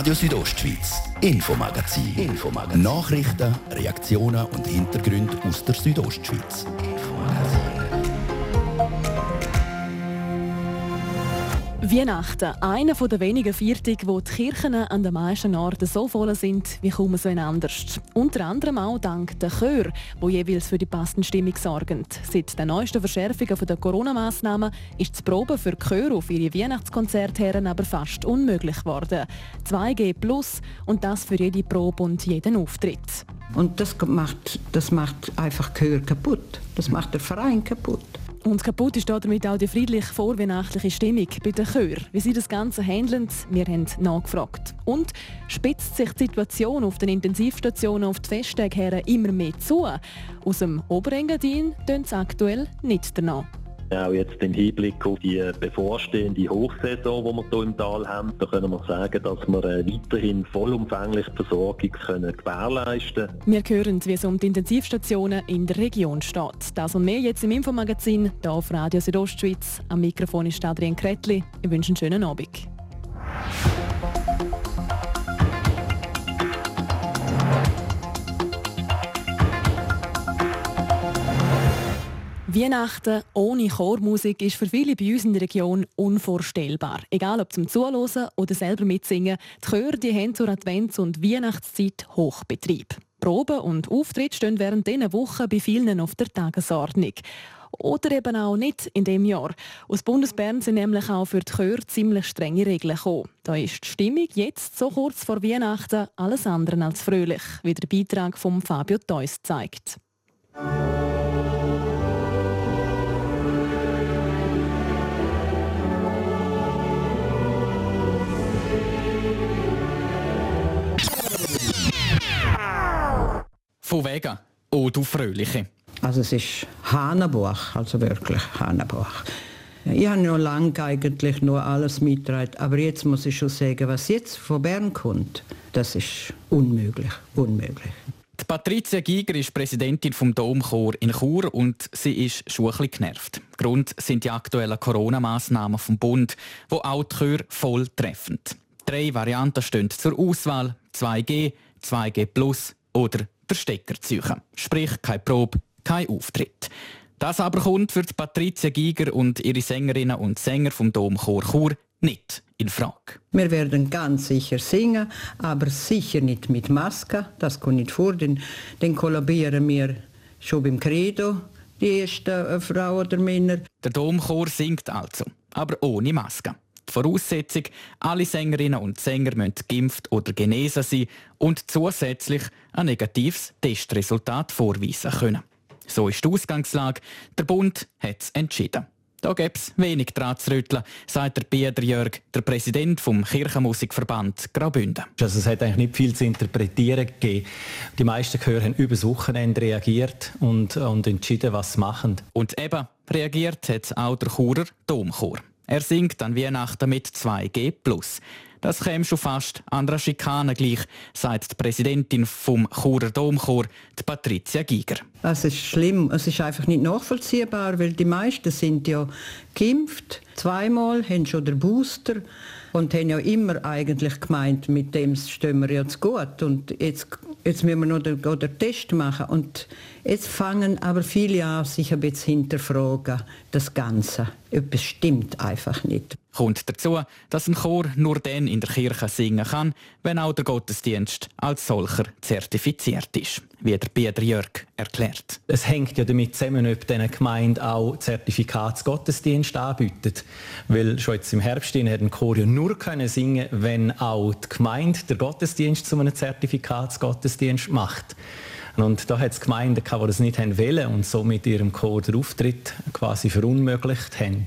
Radio Südostschweiz, Infomagazin. Nachrichten, Reaktionen und Hintergründe aus der Südostschweiz. Weihnachten, einer der wenigen Viertage, wo die Kirchen an den meisten Orten so voll sind wie kaum so anders. Unter anderem auch dank der Chöre, die jeweils für die passende Stimmung sorgen. Seit den neuesten Verschärfungen der Corona-Massnahmen ist das Proben für die Chöre auf ihre Weihnachtskonzerte aber fast unmöglich geworden. 2G plus und das für jede Probe und jeden Auftritt. Und das macht einfach Chöre kaputt. Das macht den Verein kaputt. Und kaputt ist damit auch die friedliche vorweihnachtliche Stimmung bei den Chören. Wie sie das Ganze handeln, wir haben nachgefragt. Und spitzt sich die Situation auf den Intensivstationen auf die Festtage her immer mehr zu? Aus dem Oberengadin tönt es aktuell nicht danach. Auch jetzt im Hinblick auf die bevorstehende Hochsaison, die wir hier im Tal haben, da können wir sagen, dass wir weiterhin vollumfänglich die Versorgung gewährleisten können. Wir hören, wie es um die Intensivstationen in der Region steht. Das und mehr jetzt im Infomagazin, hier auf Radio Südostschweiz. Am Mikrofon ist Adrian Kretli. Ich wünsche einen schönen Abend. Weihnachten ohne Chormusik ist für viele bei uns in der Region unvorstellbar. Egal ob zum Zuhören oder selber mitsingen, die Chöre die haben zur Advents- und Weihnachtszeit Hochbetrieb. Proben und Auftritte stehen während dieser Woche bei vielen auf der Tagesordnung. Oder eben auch nicht in diesem Jahr. Aus Bundesbern sind nämlich auch für die Chöre ziemlich strenge Regeln gekommen. Da ist die Stimmung jetzt, so kurz vor Weihnachten, alles andere als fröhlich, wie der Beitrag von Fabio Theus zeigt. Von wegen. Oh, du Fröhliche. Also es ist Hanebach, also wirklich Hanebach. Ich habe noch lange eigentlich nur alles mitgetragen, aber jetzt muss ich schon sagen, was jetzt von Bern kommt, das ist unmöglich. Die Patricia Giger ist Präsidentin vom Domchor in Chur und sie ist schon ein bisschen genervt. Grund sind die aktuellen Corona-Massnahmen vom Bund, die auch die Chöre voll treffen. 3 Varianten stehen zur Auswahl: 2G, 2G plus oder der Stecker ziehen. Sprich, keine Probe, kein Auftritt. Das aber kommt für die Patricia Giger und ihre Sängerinnen und Sänger vom Domchor Chur nicht in Frage. Wir werden ganz sicher singen, aber sicher nicht mit Maske. Das kommt nicht vor, denn kollabieren wir schon beim Credo, die erste Frau oder Männer. Der Domchor singt also, aber ohne Maske. Die Voraussetzung: alle Sängerinnen und Sänger müssen geimpft oder genesen sein und zusätzlich ein negatives Testresultat vorweisen können. So ist die Ausgangslage. Der Bund hat es entschieden. Da gäbe es wenig dran zu rütteln, sagt der Pieter Jörg, der Präsident vom Kirchenmusikverband Graubünden. Also es hat eigentlich nicht viel zu interpretieren gegeben. Die meisten Chöre haben über das Wochenende reagiert und entschieden, was sie machen. Und eben reagiert hat auch der Churer Domchor. Er singt an Weihnachten mit 2G+. Das käme schon fast an einer Schikane gleich, sagt die Präsidentin vom Churer Domchor, die Patricia Giger. Es ist schlimm, es ist einfach nicht nachvollziehbar, weil die meisten sind ja geimpft, 2-mal, haben schon den Booster und haben ja immer eigentlich gemeint, mit dem stehen wir jetzt gut. Und jetzt müssen wir noch den Test machen. Und jetzt fangen aber viele an, sich ein bisschen hinterfragen, das Ganze. Etwas stimmt einfach nicht. Kommt dazu, dass ein Chor nur dann in der Kirche singen kann, wenn auch der Gottesdienst als solcher zertifiziert ist, wie der Pieter Jörg erklärt. Es hängt ja damit zusammen, ob diese Gemeinde auch Zertifikatsgottesdienst anbietet. Weil schon jetzt im Herbst hat ein Chor ja nur singen, wenn auch die Gemeinde den Gottesdienst zu einem Zertifikatsgottesdienst macht. Und da hat es Gemeinden, die das nicht wollen und so mit ihrem Chor den Auftritt quasi verunmöglicht haben.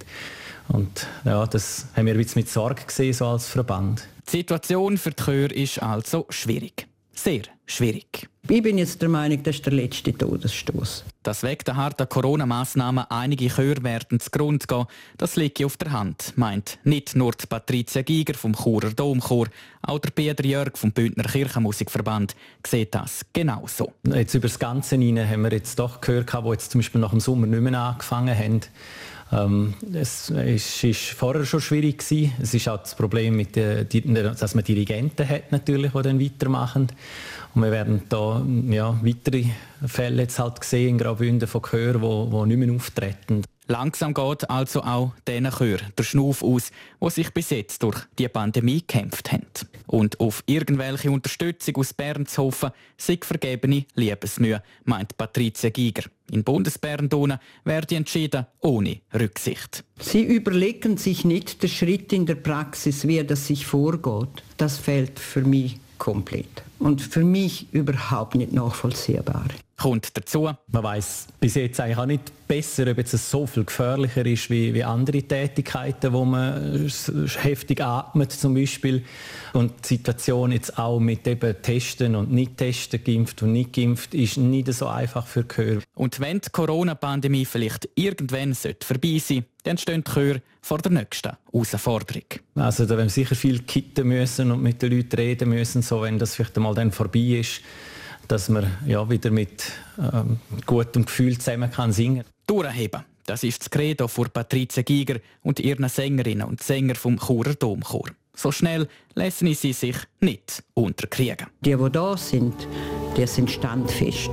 Und ja, das haben wir ein bisschen mit Sorge gesehen, so als Verband. Die Situation für die Chöre ist also schwierig. Sehr schwierig. Ich bin jetzt der Meinung, das ist der letzte Todesstoß. Dass wegen der harten Corona-Massnahmen einige Chöre werden zugrunde gehen, das liegt auf der Hand, meint nicht nur die Patricia Giger vom Churer Domchor, auch der Pieter Jörg vom Bündner Kirchenmusikverband sieht das genauso. Jetzt über das Ganze hinein haben wir jetzt doch gehört, die jetzt zum Beispiel nach dem Sommer nicht mehr angefangen haben. Es ist vorher schon schwierig gewesen. Es ist auch das Problem, dass man Dirigenten hat natürlich, die dann weitermachen. Und wir werden da weitere Fälle jetzt halt gesehen in Graubünden von Chören, die nicht mehr auftreten. Langsam geht also auch diesen Chören der Schnuff aus, die sich bis jetzt durch die Pandemie gekämpft haben. Und auf irgendwelche Unterstützung aus Bern zu hoffen, sei vergebene Liebesmühe, meint Patricia Giger. In Bundesbern werde entschieden ohne Rücksicht. Sie überlegen sich nicht den Schritt in der Praxis, wie das sich vorgeht. Das fehlt für mich komplett. Und für mich überhaupt nicht nachvollziehbar. Kommt dazu, man weiss bis jetzt eigentlich auch nicht besser, ob es so viel gefährlicher ist wie andere Tätigkeiten, wo man heftig atmet zum Beispiel. Und die Situation jetzt auch mit eben Testen und Nicht-Testen, geimpft und nicht geimpft, ist nicht so einfach für die Chöre. Und wenn die Corona-Pandemie vielleicht irgendwann vorbei sein sollte, dann stehen die Chöre vor der nächsten Herausforderung. Also da werden sicher viel kitten müssen und mit den Leuten reden müssen, so wenn das vielleicht einmal dann vorbei ist, dass man wieder mit gutem Gefühl zusammen kann singen kann. Durchheben, das ist das Credo von Patricia Giger und ihren Sängerinnen und Sänger vom Churer Domchor. So schnell lassen sie sich nicht unterkriegen. Die da sind, die sind standfest.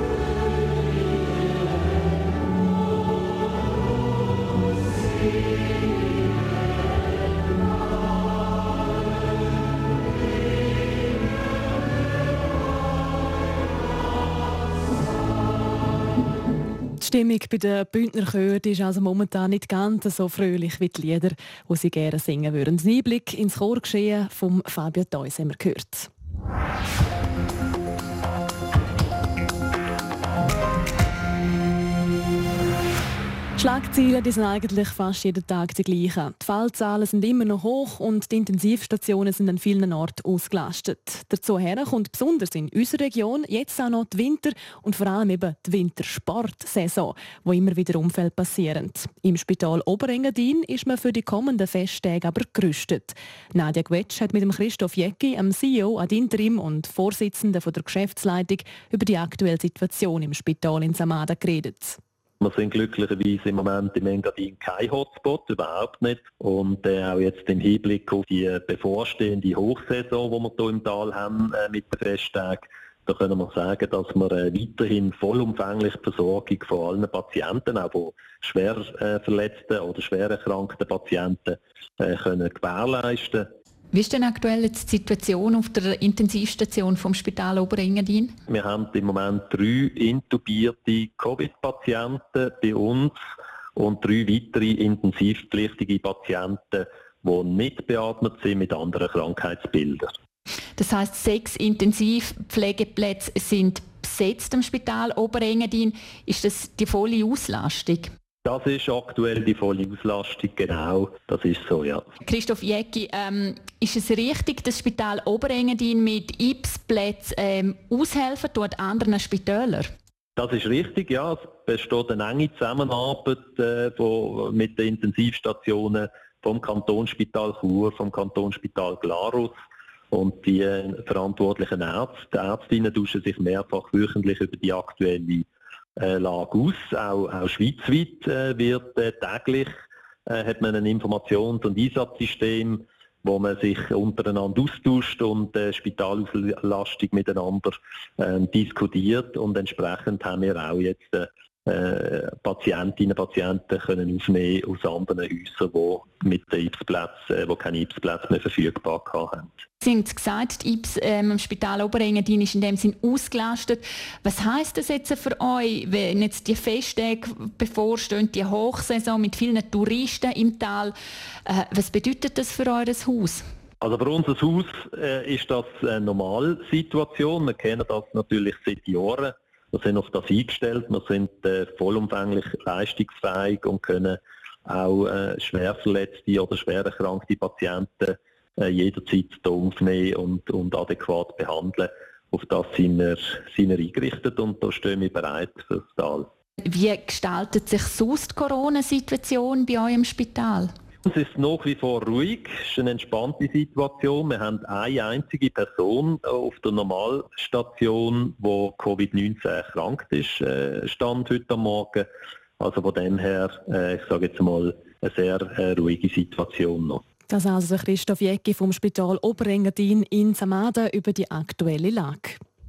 Die Stimmung bei den Bündner Chören ist also momentan nicht ganz so fröhlich wie die Lieder, die sie gerne singen würden. Ein Einblick ins Chorgeschehen von Fabio Theus haben wir gehört. Die Schlagzeilen sind eigentlich fast jeden Tag die gleichen. Die Fallzahlen sind immer noch hoch und die Intensivstationen sind an vielen Orten ausgelastet. Dazu kommt besonders in unserer Region jetzt auch noch die Winter- und vor allem eben die Wintersportsaison, wo immer wieder Unfälle passieren. Im Spital Oberengadin ist man für die kommenden Festtage aber gerüstet. Nadia Gwetsch hat mit dem Christoph Jäcki, dem CEO ad interim und Vorsitzenden der Geschäftsleitung, über die aktuelle Situation im Spital in Samada geredet. Wir sind glücklicherweise im Moment im Engadin kein Hotspot, überhaupt nicht. Und auch jetzt im Hinblick auf die bevorstehende Hochsaison, die wir hier im Tal haben mit den Festtagen, da können wir sagen, dass wir weiterhin vollumfänglich die Versorgung von allen Patienten, auch von schwer verletzten oder schwer erkrankten Patienten, können gewährleisten. Wie ist denn aktuell die Situation auf der Intensivstation vom Spital Oberengadin? Wir haben im Moment 3 intubierte Covid-Patienten bei uns und 3 weitere intensivpflichtige Patienten, die nicht beatmet sind mit anderen Krankheitsbildern. Das heisst, 6 Intensivpflegeplätze sind besetzt am Spital Oberengadin. Ist das die volle Auslastung? Das ist aktuell die volle Auslastung, genau. Das ist so, ja. Christoph Jäcki, ist es richtig, dass das Spital Oberengadin mit IPS-Plätzen aushelfen tut anderen Spitälern? Das ist richtig, ja. Es besteht eine enge Zusammenarbeit mit den Intensivstationen vom Kantonsspital Chur, vom Kantonsspital Glarus. Und die verantwortlichen Ärztinnen tauschen sich mehrfach wöchentlich über die aktuelle Lage aus. Auch schweizweit wird täglich hat man ein Informations- und Einsatzsystem, wo man sich untereinander austauscht und Spitalauslastung miteinander diskutiert. Und entsprechend haben wir auch jetzt Patientinnen und Patienten können aufnehmen aus anderen Häusern, die mit den IPS-Plätzen, die keine IPS-Plätze mehr verfügbar haben. Sie haben gesagt, die IPS im Spital Oberengadin ist in dem Sinn ausgelastet. Was heisst das jetzt für euch, wenn jetzt die Festtage bevorstehen, die Hochsaison mit vielen Touristen im Tal? Was bedeutet das für euer Haus? Also für unser Haus ist das eine Normalsituation. Wir kennen das natürlich seit Jahren. Wir sind auf das eingestellt, wir sind vollumfänglich leistungsfähig und können auch schwer verletzte oder schwer erkrankte Patienten jederzeit hier aufnehmen und adäquat behandeln. Auf das sind wir eingerichtet und da stehen wir bereit für das Tal. Wie gestaltet sich sonst die Corona-Situation bei euch im Spital? Es ist nach wie vor ruhig, es ist eine entspannte Situation. Wir haben eine einzige Person auf der Normalstation, die Covid-19 erkrankt ist, stand heute am Morgen. Also von dem her, ich sage jetzt mal, eine sehr ruhige Situation noch. Das also Christoph Jäcki vom Spital Oberengadin in Samaden über die aktuelle Lage.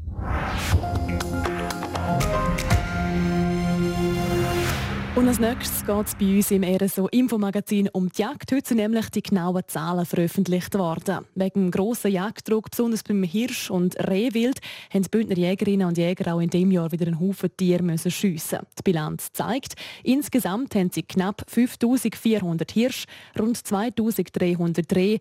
Und als nächstes geht es bei uns im RSO-Infomagazin um die Jagd. Heute sind nämlich die genauen Zahlen veröffentlicht worden. Wegen dem grossen Jagddruck, besonders beim Hirsch- und Rehwild, haben die Bündner Jägerinnen und Jäger auch in diesem Jahr wieder einen Haufen Tiere schiessen. Die Bilanz zeigt, insgesamt haben sie knapp 5400 Hirsche, rund 2300 Rehe,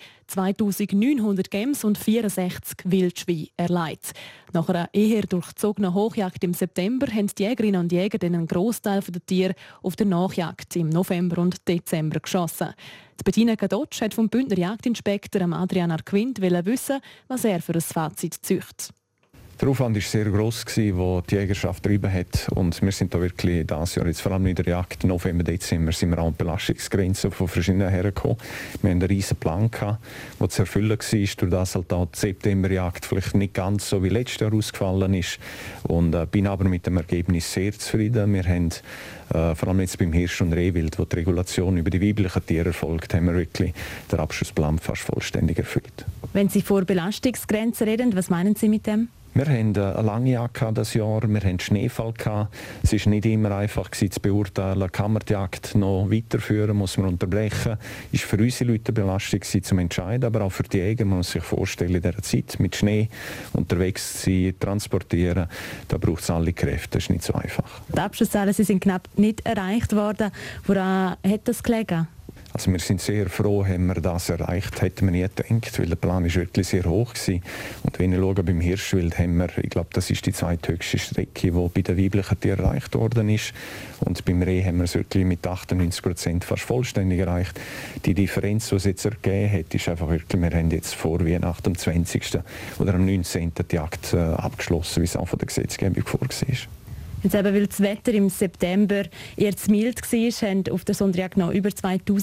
2900 Gämse und 64 Wildschweine erlegt. Nach einer eher durchzogenen Hochjagd im September haben die Jägerinnen und Jäger einen Grossteil der Tiere auf der Nachjagd im November und Dezember geschossen. Die Bettina Gadotsch hat vom Bündner Jagdinspektor Adrian Arquint wissen, was er für ein Fazit zieht. Der Aufwand war sehr gross, den die Jägerschaft getrieben hat. Und wir sind da wirklich dieses Jahr, jetzt vor allem in der Jagd, November, Dezember, sind wir an die Belastungsgrenzen von verschiedenen hergekommen. Wir hatten einen riesen Plan, der zu erfüllen war, durch das halt auch die Septemberjagd vielleicht nicht ganz so wie letztes Jahr ausgefallen ist. Und bin aber mit dem Ergebnis sehr zufrieden. Wir haben vor allem jetzt beim Hirsch- und Rehwild, wo die Regulation über die weiblichen Tiere erfolgt, haben wir wirklich den Abschussplan fast vollständig erfüllt. Wenn Sie vor Belastungsgrenzen reden, was meinen Sie mit dem? Wir hatten eine lange Jagd dieses Jahr, wir hatten Schneefall. Es war nicht immer einfach zu beurteilen, kann man die Jagd noch weiterführen, muss man unterbrechen. Es war für unsere Leute eine Belastung zu entscheiden, aber auch für die Jäger, man muss sich vorstellen, in dieser Zeit mit Schnee unterwegs zu sein, transportieren, da braucht es alle Kräfte, das ist nicht so einfach. Die Abschlusszahlen sind knapp nicht erreicht worden. Woran hat das gelegen? Also wir sind sehr froh, haben wir das erreicht. Hätten wir nie gedacht, weil der Plan ist wirklich sehr hoch gewesen. Und wenn ich schaue, beim Hirschwild haben wir, ich glaube, das ist die zweithöchste Strecke, die bei den weiblichen Tieren erreicht worden ist. Und beim Reh haben wir es wirklich mit 98% fast vollständig erreicht. Die Differenz, die es jetzt ergeben hat, ist einfach wirklich, wir haben jetzt vor Weihnachten am 20. oder am 19. die Jagd abgeschlossen, wie es auch von der Gesetzgebung vorgesehen ist. Jetzt eben, weil das Wetter im September eher zu mild war, haben auf der Sonderjagd noch über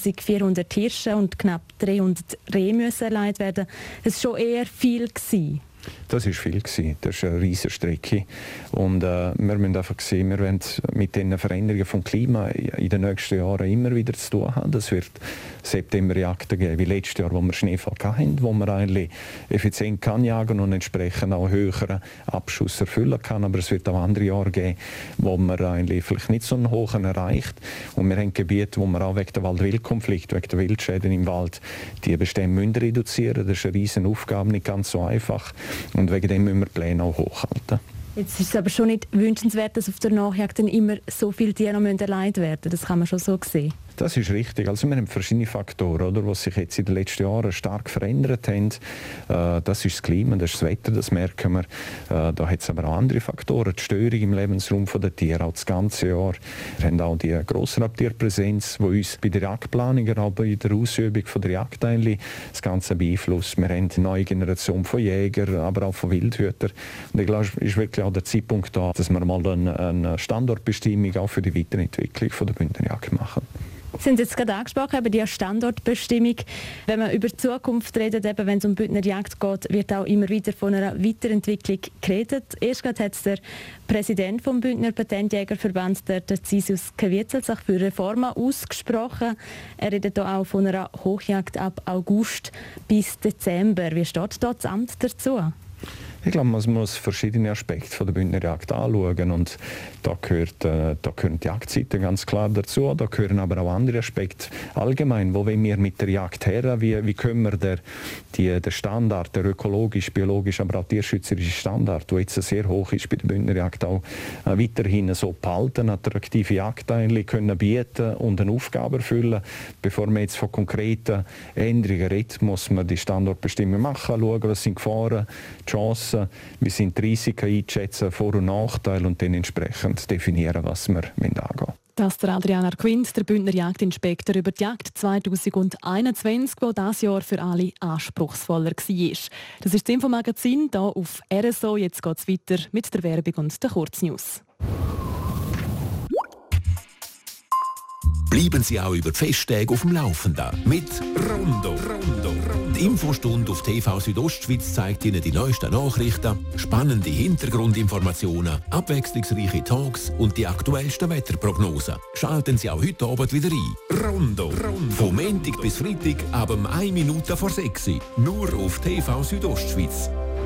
2400 Hirsche und knapp 300 Rehe erlegt werden. Es war schon eher viel gewesen. Das war viel. Das ist eine riesige Strecke. Und wir müssen einfach sehen, wir werden mit den Veränderungen des Klimas in den nächsten Jahren immer wieder zu tun haben. Es wird Septemberjagden geben, wie letztes Jahr, wo wir Schneefall hatten, wo man eigentlich effizient kann jagen und entsprechend auch höheren Abschuss erfüllen kann. Aber es wird auch andere Jahre geben, wo man eigentlich vielleicht nicht so einen hohen erreicht. Und wir haben Gebiete, wo wir auch wegen der Wald-Wild-Konflikt, wegen der Wildschäden im Wald, die Bestände reduzieren müssen. Das ist eine riesen Aufgabe, nicht ganz so einfach. Und wegen dem müssen wir die Pläne auch hochhalten. Jetzt ist es aber schon nicht wünschenswert, dass auf der Nachjagd dann immer so viele Tiere noch erlegt werden. Das kann man schon so sehen. Das ist richtig. Also wir haben verschiedene Faktoren, oder, die sich jetzt in den letzten Jahren stark verändert haben. Das ist das Klima, das ist das Wetter, das merken wir. Da hat es aber auch andere Faktoren. Die Störung im Lebensraum der Tiere, auch das ganze Jahr. Wir haben auch die Grossraubtierpräsenz, die uns bei der Jagdplanung, aber bei der Ausübung von der Jagd eigentlich das Ganze beeinflusst. Wir haben eine neue Generation von Jägern, aber auch von Wildhütern. Und ich glaube, es ist wirklich auch der Zeitpunkt da, dass wir mal eine Standortbestimmung auch für die Weiterentwicklung der Bündnerjagd machen. Sie haben jetzt gerade angesprochen, eben die Standortbestimmung. Wenn man über die Zukunft redet, eben wenn es um Bündnerjagd geht, wird auch immer wieder von einer Weiterentwicklung geredet. Erst gerade hat der Präsident des Bündner Patentjägerverbands, der Zisius Kewitzel, sich für Reformen ausgesprochen. Er redet hier auch von einer Hochjagd ab August bis Dezember. Wie steht da das Amt dazu? Ich glaube, man muss verschiedene Aspekte von der Bündnerjagd anschauen und da gehören die Jagdzeiten ganz klar dazu, da gehören aber auch andere Aspekte allgemein, wo wollen wir mit der Jagd her, wie können wir den Standard, der ökologisch, biologisch, aber auch tierschützerische Standard, der jetzt sehr hoch ist bei der Bündnerjagd, auch weiterhin so behalten, attraktive Jagd eigentlich können bieten und eine Aufgabe erfüllen. Bevor man jetzt von konkreten Änderungen redet, muss man die Standortbestimmung machen, schauen, was sind Gefahren, die Chancen, wie sind die Risiken einschätzen, Vor- und Nachteile und dann entsprechend definieren, was wir angehen müssen. Das ist der Adrian Arquint, der Bündner Jagdinspektor über die Jagd 2021, die dieses Jahr für alle anspruchsvoller war. Das ist das Infomagazin hier auf RSO. Jetzt geht es weiter mit der Werbung und den Kurznews. Bleiben Sie auch über die Festtage auf dem Laufenden mit Rondo. Die Infostunde auf TV Südostschweiz zeigt Ihnen die neuesten Nachrichten, spannende Hintergrundinformationen, abwechslungsreiche Talks und die aktuellsten Wetterprognosen. Schalten Sie auch heute Abend wieder ein. Rondo. Vom Montag bis Freitag ab 1 Minute vor 6 Uhr. Nur auf TV Südostschweiz.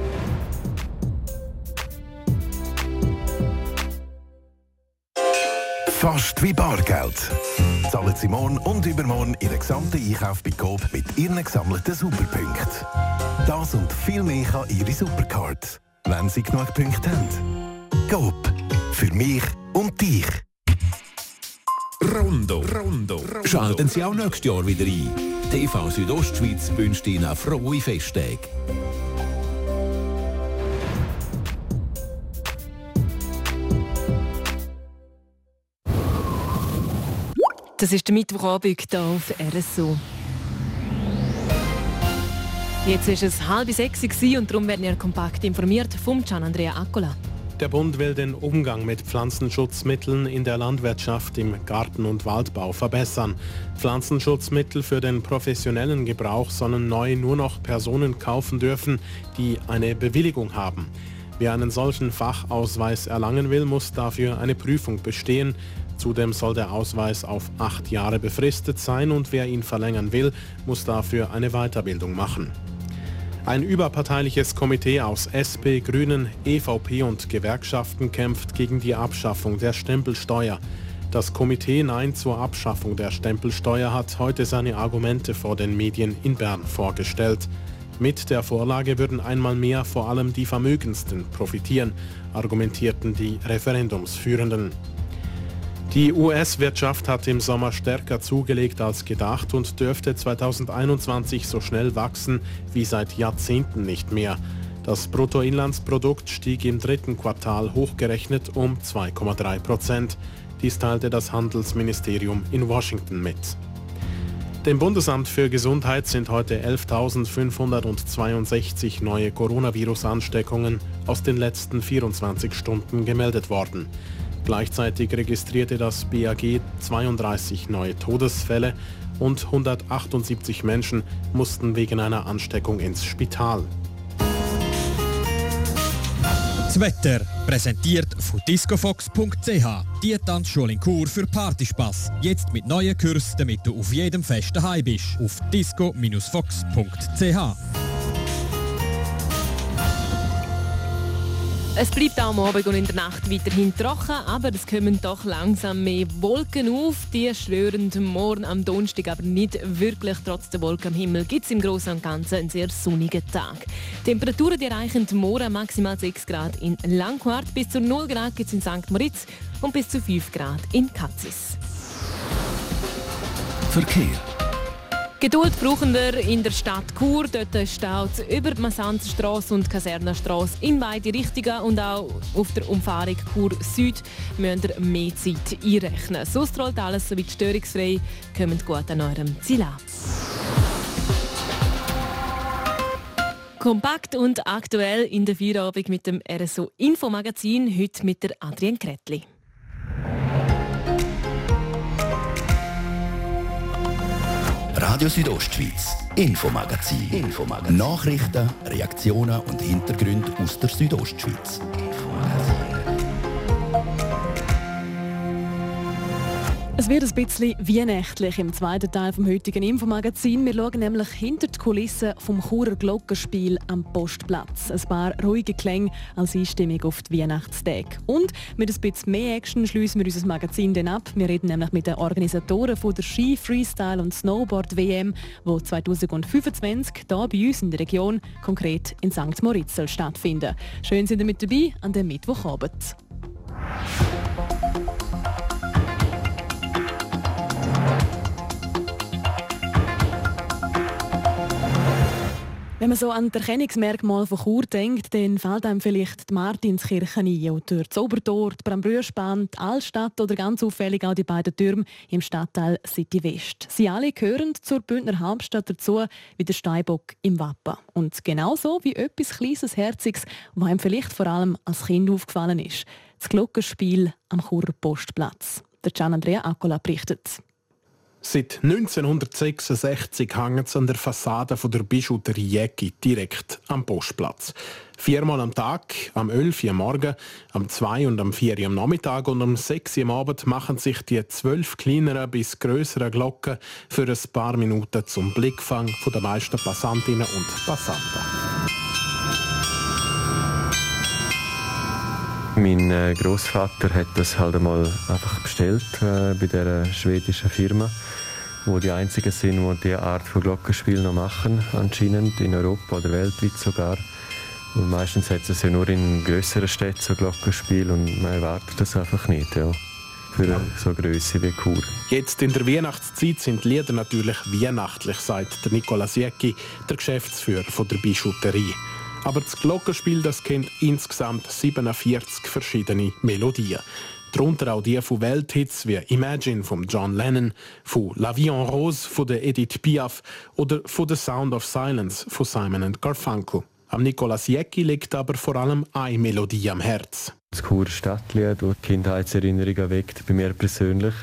Fast wie Bargeld. Zahlen Sie morgen und übermorgen Ihren gesamten Einkauf bei Coop mit Ihren gesammelten Superpunkten. Das und viel mehr kann Ihre Supercard, wenn Sie genug Punkte haben. Coop. Für mich und dich. Rondo. Schalten Sie auch nächstes Jahr wieder ein. TV Südostschweiz wünscht Ihnen frohe Festtage. Das ist der Mittwochabend hier auf RSO. Jetzt war es 5:30 und darum werden wir kompakt informiert vom Gian-Andrea Accola. Der Bund will den Umgang mit Pflanzenschutzmitteln in der Landwirtschaft, im Garten- und Waldbau verbessern. Pflanzenschutzmittel für den professionellen Gebrauch sollen neu nur noch Personen kaufen dürfen, die eine Bewilligung haben. Wer einen solchen Fachausweis erlangen will, muss dafür eine Prüfung bestehen. Zudem soll der Ausweis auf 8 Jahre befristet sein und wer ihn verlängern will, muss dafür eine Weiterbildung machen. Ein überparteiliches Komitee aus SP, Grünen, EVP und Gewerkschaften kämpft gegen die Abschaffung der Stempelsteuer. Das Komitee Nein zur Abschaffung der Stempelsteuer hat heute seine Argumente vor den Medien in Bern vorgestellt. Mit der Vorlage würden einmal mehr vor allem die Vermögendsten profitieren, argumentierten die Referendumsführenden. Die US-Wirtschaft hat im Sommer stärker zugelegt als gedacht und dürfte 2021 so schnell wachsen wie seit Jahrzehnten nicht mehr. Das Bruttoinlandsprodukt stieg im 3. Quartal hochgerechnet um 2,3%. Dies teilte das Handelsministerium in Washington mit. Dem Bundesamt für Gesundheit sind heute 11.562 neue Coronavirus-Ansteckungen aus den letzten 24 Stunden gemeldet worden. Gleichzeitig registrierte das BAG 32 neue Todesfälle und 178 Menschen mussten wegen einer Ansteckung ins Spital. Das Wetter präsentiert von discofox.ch. Die Tanzschule in Chur für Partyspaß. Jetzt mit neuen Kursen, damit du auf jedem Fest daheim bist. Auf disco-fox.ch. Es bleibt auch am Abend und in der Nacht weiterhin trocken, aber es kommen doch langsam mehr Wolken auf. Die stören morgen am Donnerstag aber nicht wirklich. Trotz der Wolken am Himmel gibt es im Großen und Ganzen einen sehr sonnigen Tag. Die Temperaturen die erreichen morgen maximal 6 Grad in Langquart, bis zu 0 Grad gibt es in St. Moritz und bis zu 5 Grad in Katzis. Verkehr. Geduld brauchen wir in der Stadt Chur. Dort staut über die Massanzerstrasse und Kasernenstrasse in beide Richtungen und auch auf der Umfahrung Chur Süd müsst ihr mehr Zeit einrechnen. Sonst rollt alles soweit störungsfrei. Kommt gut an eurem Ziel an. Kompakt und aktuell in der Feierabend mit dem RSO Infomagazin, heute mit der Adrienne Kretli. Radio Südostschweiz, Infomagazin. Nachrichten, Reaktionen und Hintergründe aus der Südostschweiz. Es wird ein bisschen weihnachtlich im zweiten Teil vom heutigen Infomagazin. Wir schauen nämlich hinter die Kulissen vom Churer Glockenspiel am Postplatz. Ein paar ruhige Klänge als Einstimmung auf die Weihnachtstage. Und mit ein bisschen mehr Action schliessen wir unser Magazin dann ab. Wir reden nämlich mit den Organisatoren von der Ski-, Freestyle- und Snowboard-WM, die 2025 hier bei uns in der Region, konkret in St. Moritz, stattfinden. Schön sind ihr mit dabei an dem Mittwochabend. Wenn man so an das Erkennungsmerkmal von Chur denkt, dann fällt einem vielleicht die Martinskirche ein oder das Obertor, die Brambrüerspan, die Altstadt oder ganz auffällig auch die beiden Türme im Stadtteil City West. Sie alle gehören zur Bündner Hauptstadt dazu, wie der Steinbock im Wappen. Und genauso wie etwas Kleines, Herziges, was einem vielleicht vor allem als Kind aufgefallen ist. Das Glockenspiel am Churer Postplatz. Der Gian-Andrea Accola berichtet. Seit 1966 hängt es an der Fassade von der Bijouterie Jäcki direkt am Postplatz. 4-mal am Tag, am 11 Uhr am Morgen, am 2 und am 4 Uhr am Nachmittag und am 6 Uhr am Abend machen sich die 12 kleineren bis grösseren Glocken für ein paar Minuten zum Blickfang der meisten Passantinnen und Passanten. Mein Großvater hat das halt einmal einfach bestellt bei dieser schwedischen Firma, wo die einzigen sind, die diese Art von Glockenspiel noch machen, anscheinend in Europa oder weltweit sogar. Und meistens hat es ja nur in grösseren Städten so Glockenspiel und man erwartet das einfach nicht, ja, für eine so Grösse wie Chur. Jetzt in der Weihnachtszeit sind die Lieder natürlich weihnachtlich, sagt der Nicolas Jäcki, der Geschäftsführer von der Bijouterie. Aber das Glockenspiel, das kennt insgesamt 47 verschiedene Melodien. Darunter auch die von Welthits wie Imagine von John Lennon, von La Vie en Rose von der Edith Piaf oder von The Sound of Silence von Simon & Garfunkel. Am Nicolas Jäcki liegt aber vor allem eine Melodie am Herz. Das Churer Stadtlied, das Kindheitserinnerungen weckt, bei mir persönlich.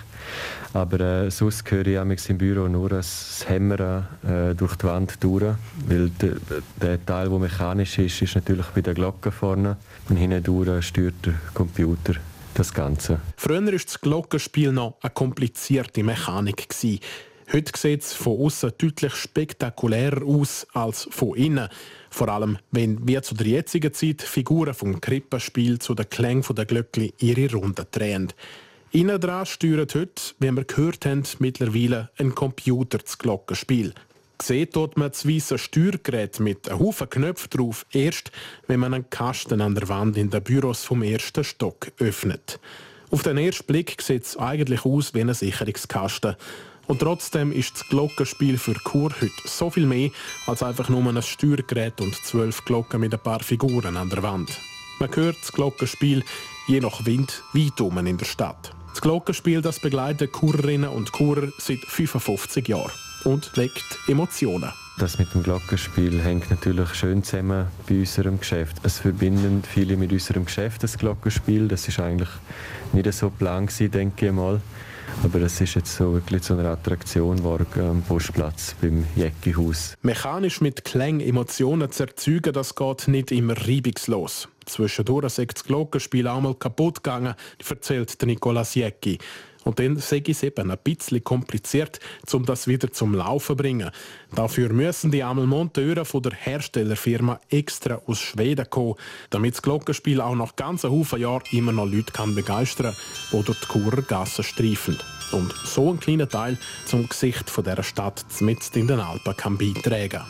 Aber sonst höre ich im Büro nur das Hämmern durch die Wand durch. Weil der Teil, der mechanisch ist, ist natürlich bei der Glocke vorne. Und hinten steuert der Computer das Ganze. Früher war das Glockenspiel noch eine komplizierte Mechanik. Heute sieht es von außen deutlich spektakulärer aus als von innen. Vor allem, wenn wie zu der jetzigen Zeit Figuren vom Krippenspiel zu den Klängen der Glöckli ihre Runden drehen. Innen dran steuert heute, wie wir gehört haben, mittlerweile ein Computer das Glockenspiel. Gesehen tut man das weisse Steuergerät mit einem Haufen Knöpfen drauf erst, wenn man einen Kasten an der Wand in den Büros vom ersten Stock öffnet. Auf den ersten Blick sieht es eigentlich aus wie ein Sicherungskasten. Und trotzdem ist das Glockenspiel für Chur heute so viel mehr als einfach nur ein Steuergerät und 12 Glocken mit ein paar Figuren an der Wand. Man hört das Glockenspiel je nach Wind weit oben in der Stadt. Das Glockenspiel, das begleitet Churerinnen und Churer seit 55 Jahren und weckt Emotionen. Das mit dem Glockenspiel hängt natürlich schön zusammen bei unserem Geschäft. Es verbinden viele mit unserem Geschäft, das Glockenspiel. Das ist eigentlich nicht so plan gewesen, denke ich mal. Aber es ist jetzt so wirklich so eine Attraktion geworden am Postplatz beim Jäcki-Haus. Mechanisch mit Klängen Emotionen zu erzeugen, das geht nicht immer reibungslos. Zwischendurch ist das Glockenspiel auch mal kaputt gegangen, erzählt der Nicolas Jäcki. Und dann sei es eben ein bisschen kompliziert, um das wieder zum Laufen zu bringen. Dafür müssen die einmal Monteure von der Herstellerfirma extra aus Schweden kommen, damit das Glockenspiel auch nach ganzen Haufen Jahren immer noch Leute kann begeistern kann, die durch die Churer Gassen streifen. Und so ein kleiner Teil zum Gesicht von dieser Stadt mitten in den Alpen kann beitragen.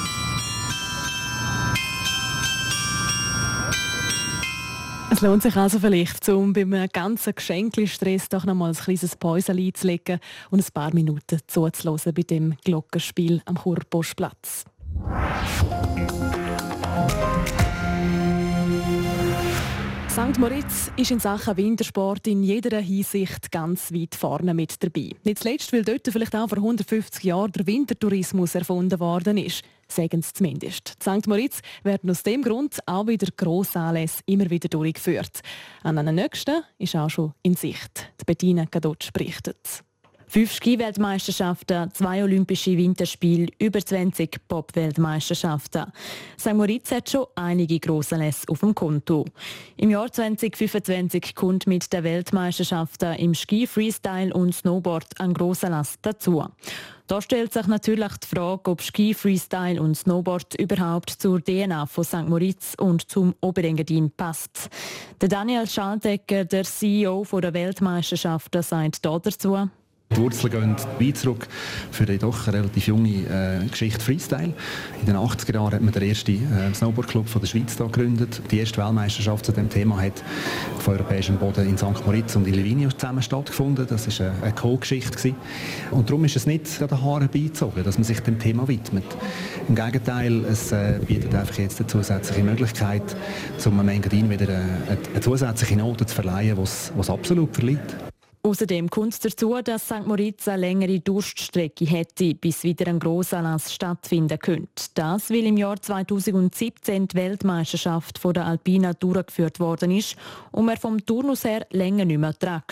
Es lohnt sich also vielleicht, um beim ganzen Geschenkli-Stress doch noch mal ein kleines Päuschen einzulegen und ein paar Minuten zuzuhören bei dem Glockenspiel am Churer Postplatz. St. Moritz ist in Sachen Wintersport in jeder Hinsicht ganz weit vorne mit dabei. Nicht zuletzt, weil dort vielleicht auch vor 150 Jahren der Wintertourismus erfunden worden ist. Sagen sie zumindest. In St. Moritz werden aus dem Grund auch wieder Grossanlässe immer wieder durchgeführt. An einem nächsten ist auch schon in Sicht. Die Bettina Gadotsch berichtet. 5 Ski-Weltmeisterschaften, 2 Olympische Winterspiele, über 20 Pop-Weltmeisterschaften. St. Moritz hat schon einige Grossanlässe auf dem Konto. Im Jahr 2025 kommt mit den Weltmeisterschaften im Ski, Freestyle und Snowboard ein Grossanlass dazu. Da stellt sich natürlich die Frage, ob Ski, Freestyle und Snowboard überhaupt zur DNA von St. Moritz und zum Oberengadin passt. Der Daniel Schaltegger, der CEO der Weltmeisterschaften, sagt dazu: Die Wurzeln gehen weit zurück für die doch relativ junge Geschichte Freestyle. In den 80er Jahren hat man den ersten Snowboardclub der Schweiz gegründet. Die erste Weltmeisterschaft zu diesem Thema hat auf europäischem Boden in St. Moritz und in Livigno zusammen stattgefunden. Das war eine Co-Geschichte. Und darum ist es nicht an den Haaren herbeizogen, dass man sich dem Thema widmet. Im Gegenteil, es bietet einfach jetzt eine zusätzliche Möglichkeit, um einem Engadin wieder eine zusätzliche Note zu verleihen, was absolut verliert. Außerdem kommt es dazu, dass St. Moritz eine längere Durststrecke hätte, bis wieder ein Grossanlass stattfinden könnte. Das, weil im Jahr 2017 die Weltmeisterschaft von der Alpina durchgeführt worden ist und man vom Turnus her länger nicht mehr dran kommt.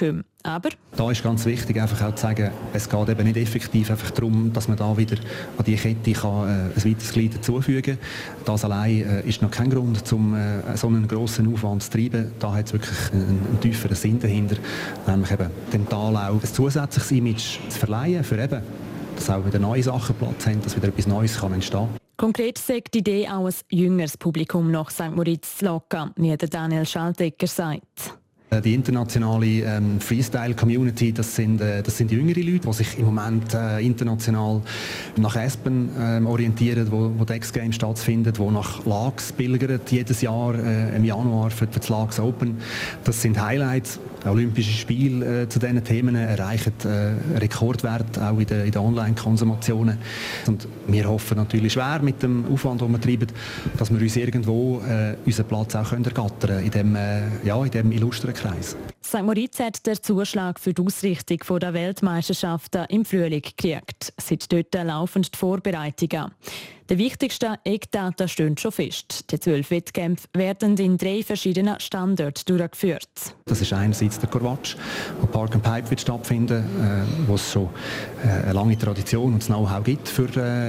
Aber da ist ganz wichtig, einfach auch zu sagen, es geht eben nicht effektiv einfach darum, dass man da wieder an die Kette kann, ein weiteres Glied dazufügen kann. Das allein ist noch kein Grund, um so einen grossen Aufwand zu treiben. Da hat es wirklich einen tieferen Sinn dahinter, nämlich eben dem Tal auch ein zusätzliches Image zu verleihen, für eben, dass auch wieder neue Sachen Platz haben, dass wieder etwas Neues kann entstehen. Konkret sagt die Idee auch ein jüngeres Publikum nach St. Moritz zu locken, wie der Daniel Schaltegger sagt. Die internationale Freestyle-Community, das sind jüngere Leute, die sich im Moment international nach Aspen orientieren, wo die X-Games stattfinden, die nach Lags pilgern, jedes Jahr im Januar für das Lags Open. Das sind Highlights. Olympische Spiele zu diesen Themen erreichen Rekordwert, auch in den Online-Konsumationen. Und wir hoffen natürlich schwer mit dem Aufwand, den wir treiben, dass wir uns irgendwo unseren Platz auch ergattern können in diesem illustren Kreis. St. Moritz hat den Zuschlag für die Ausrichtung der Weltmeisterschaften im Frühling gekriegt. Seit dort laufen die Vorbereitungen. Die wichtigsten Eckdaten stehen schon fest. Die 12 Wettkämpfe werden in 3 verschiedenen Standorten durchgeführt. Das ist einerseits der Korvatsch, wo Park and Pipe wird stattfinden, wo es schon eine lange Tradition und das Know-how gibt für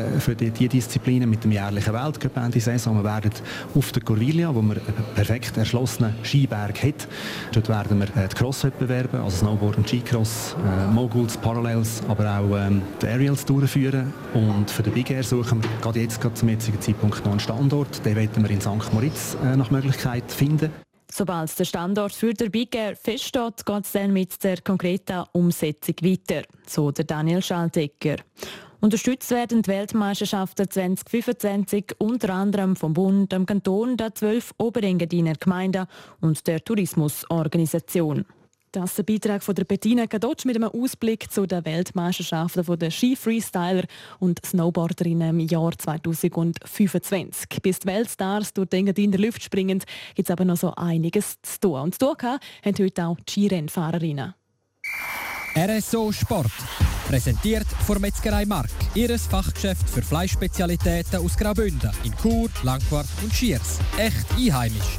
die Disziplinen mit dem jährlichen Weltcup Ende Saison. Wir werden auf der Corviglia, wo wir einen perfekt erschlossenen Skiberg hat. Dort werden wir die Cross-Wettbewerbe, also Snowboard und Skicross, Moguls, Parallels, aber auch die Aerials durchführen. Und für den Big Air suchen wir gerade zum jetzigen Zeitpunkt noch einen Standort. Den wollen wir in St. Moritz nach Möglichkeit finden. Sobald der Standort für den Big Air feststeht, geht es dann mit der konkreten Umsetzung weiter, so der Daniel Schaltegger. Unterstützt werden die Weltmeisterschaften 2025 unter anderem vom Bund, dem Kanton, den 12 Oberengadiner Gemeinden und der Tourismusorganisation. Das ist der Beitrag von der Bettina Kadotsch mit einem Ausblick zu den Weltmeisterschaften der Ski-Freestyler und Snowboarderinnen im Jahr 2025. Bis die Weltstars durch die Engadiner Luft springen, gibt es aber noch so einiges zu tun. Und zu tun haben heute auch die Skirennfahrerinnen. RSO Sport. Präsentiert von Metzgerei Mark. Ihres Fachgeschäft für Fleischspezialitäten aus Graubünden in Chur, Langquart und Schiers. Echt einheimisch.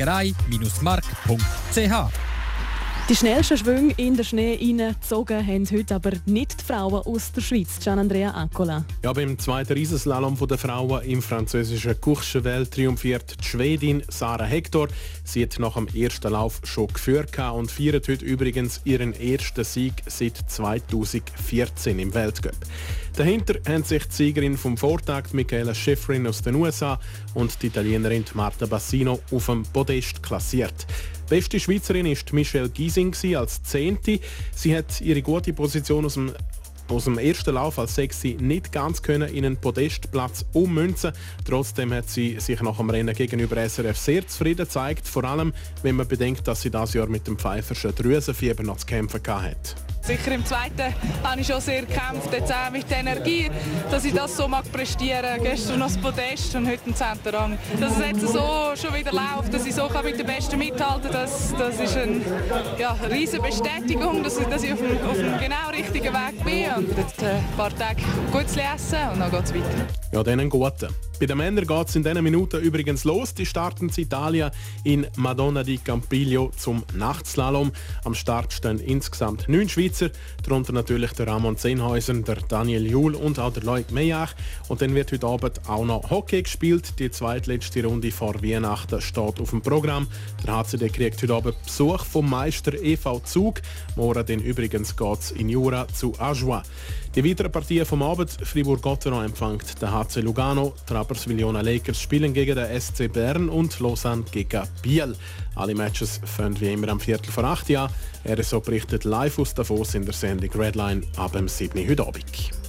Metzgerei-mark.ch. Die schnellsten Schwünge in den Schnee hineingezogen haben heute aber nicht die Frauen aus der Schweiz. Gian-Andrea Accola. Ja, beim zweiten Riesenslalom der Frauen im französischen Courchevel triumphiert die Schwedin Sarah Hector. Sie hat nach dem ersten Lauf schon geführt und feiert heute übrigens ihren ersten Sieg seit 2014 im Weltcup. Dahinter haben sich die Siegerin vom Vortag, Michaela Schifrin aus den USA, und die Italienerin Marta Bassino auf dem Podest klassiert. Die beste Schweizerin war Michelle Giesing als 10. Sie hat ihre gute Position aus dem ersten Lauf als Sechste nicht ganz in einen Podestplatz ummünzen. Trotzdem hat sie sich nach dem Rennen gegenüber SRF sehr zufrieden gezeigt, vor allem wenn man bedenkt, dass sie dieses Jahr mit dem Pfeiferschen Drüsenfieber noch zu kämpfen hatte. Sicher im zweiten habe ich schon sehr gekämpft, jetzt auch mit der Energie, dass ich das so prestieren mag. Gestern noch das Podest und heute den 10. Rang. Dass es jetzt so schon wieder läuft, dass ich so mit den Besten mithalten kann, das ist eine riesige Bestätigung, dass ich auf dem genau richtigen Weg bin. Und jetzt ein paar Tage gut zu essen und dann geht es weiter. Ja, dann einen guten. Bei den Männern geht es in diesen Minuten übrigens los. Die starten in Italien in Madonna di Campiglio zum Nachtslalom. Am Start stehen insgesamt 9 Schweizer, darunter natürlich der Ramon Zenhäuser, der Daniel Juhl und auch der Loic Meillach. Und dann wird heute Abend auch noch Hockey gespielt. Die zweitletzte Runde vor Weihnachten steht auf dem Programm. Der HCD kriegt heute Abend Besuch vom Meister EV Zug. Morgen dann übrigens geht es in Jura zu Ajoie. Die weiteren Partien vom Abend: Fribourg-Gotteron empfängt der HC Lugano, die Rapperswil-Jona Lakers spielen gegen den SC Bern und Lausanne gegen Biel. Alle Matches fangen wie immer am 7:45 an. RSO berichtet live aus Davos in der Sendung Redline ab dem 7. heute Abend.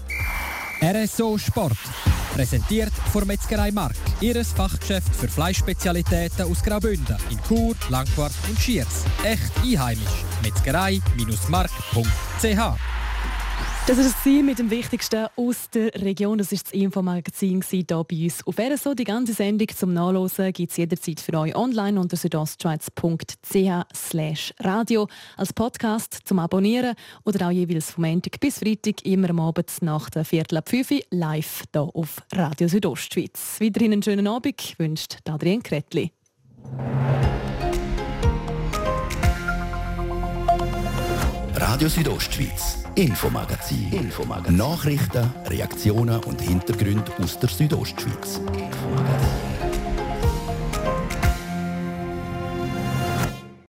RSO Sport. Präsentiert von Metzgerei Mark. Ihres Fachgeschäft für Fleischspezialitäten aus Graubünden in Chur, Langquart und Schiers. Echt einheimisch. Metzgerei-mark.ch. Das war es mit dem Wichtigsten aus der Region. Das war das Infomagazin hier bei uns auf RSO. Die ganze Sendung zum Nachlesen gibt es jederzeit für euch online unter südostschweiz.ch/radio als Podcast zum Abonnieren oder auch jeweils vom Montag bis Freitag immer am Abend nach der 4:45 live hier auf Radio Südostschweiz. Weiterhin einen schönen Abend wünscht Adrian Kretli. Radio Südostschweiz, Infomagazin. Nachrichten, Reaktionen und Hintergründe aus der Südostschweiz. Infomagazin.